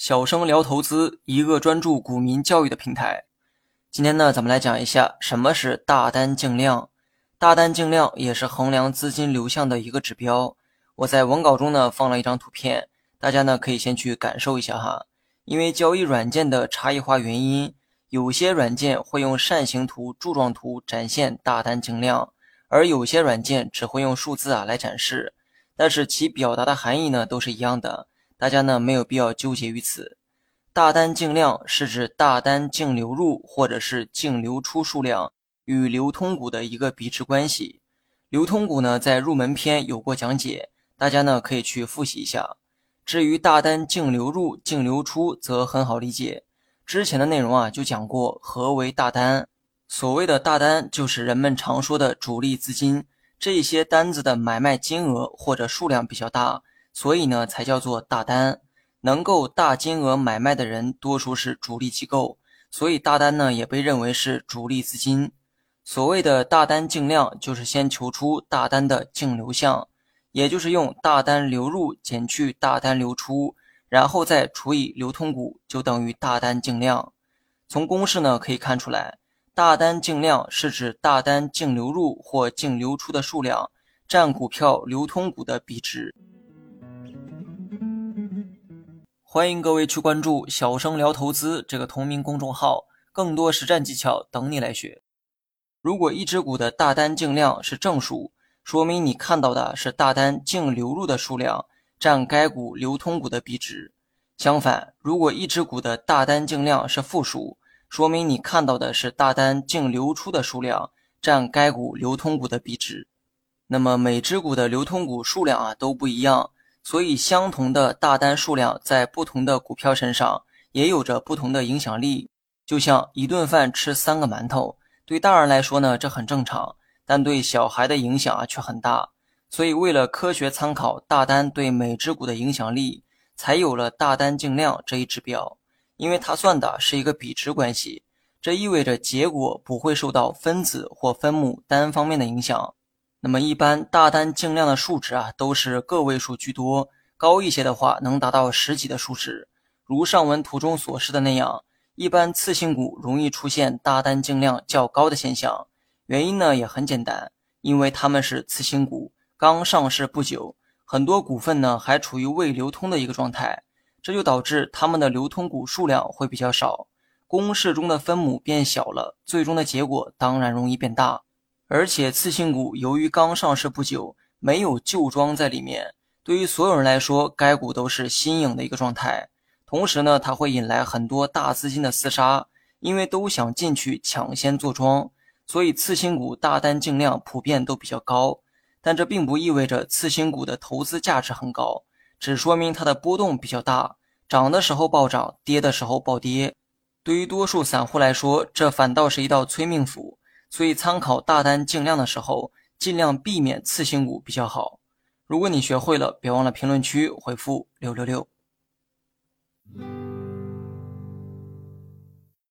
小生聊投资，一个专注股民教育的平台。今天呢，咱们来讲一下什么是大单净量。大单净量也是衡量资金流向的一个指标。我在文稿中呢放了一张图片，大家呢可以先去感受一下哈。因为交易软件的差异化原因，有些软件会用扇形图、柱状图展现大单净量，而有些软件只会用数字来展示，但是其表达的含义呢都是一样的。大家呢没有必要纠结于此。大单净量是指大单净流入或者是净流出数量与流通股的一个比值关系。流通股呢在入门篇有过讲解，大家呢可以去复习一下。至于大单净流入净流出则很好理解，之前的内容就讲过何为大单。所谓的大单就是人们常说的主力资金，这些单子的买卖金额或者数量比较大，所以呢才叫做大单。能够大金额买卖的人多数是主力机构，所以大单呢也被认为是主力资金。所谓的大单净量就是先求出大单的净流向，也就是用大单流入减去大单流出，然后再除以流通股，就等于大单净量。从公式呢可以看出来，大单净量是指大单净流入或净流出的数量占股票流通股的比值。欢迎各位去关注小生聊投资这个同名公众号，更多实战技巧等你来学。如果一只股的大单净量是正数，说明你看到的是大单净流入的数量占该股流通股的比值。相反，如果一只股的大单净量是负数，说明你看到的是大单净流出的数量占该股流通股的比值。那么每只股的流通股数量都不一样，所以相同的大单数量在不同的股票身上也有着不同的影响力。就像一顿饭吃3个馒头，对大人来说呢这很正常，但对小孩的影响却很大。所以为了科学参考大单对每只股的影响力，才有了大单净量这一指标。因为它算的是一个比值关系，这意味着结果不会受到分子或分母单方面的影响。那么一般大单净量的数值都是个位数居多，高一些的话能达到10几的数值。如上文图中所示的那样，一般次新股容易出现大单净量较高的现象，原因呢也很简单，因为它们是次新股，刚上市不久，很多股份呢还处于未流通的一个状态，这就导致它们的流通股数量会比较少，公式中的分母变小了，最终的结果当然容易变大。而且次新股由于刚上市不久，没有旧庄在里面，对于所有人来说，该股都是新颖的一个状态。同时呢，它会引来很多大资金的厮杀，因为都想进去抢先做庄，所以次新股大单净量普遍都比较高。但这并不意味着次新股的投资价值很高，只说明它的波动比较大，涨的时候暴涨，跌的时候暴跌。对于多数散户来说，这反倒是一道催命符。所以参考大单净量的时候，尽量避免次新股比较好。如果你学会了，别忘了评论区回复666。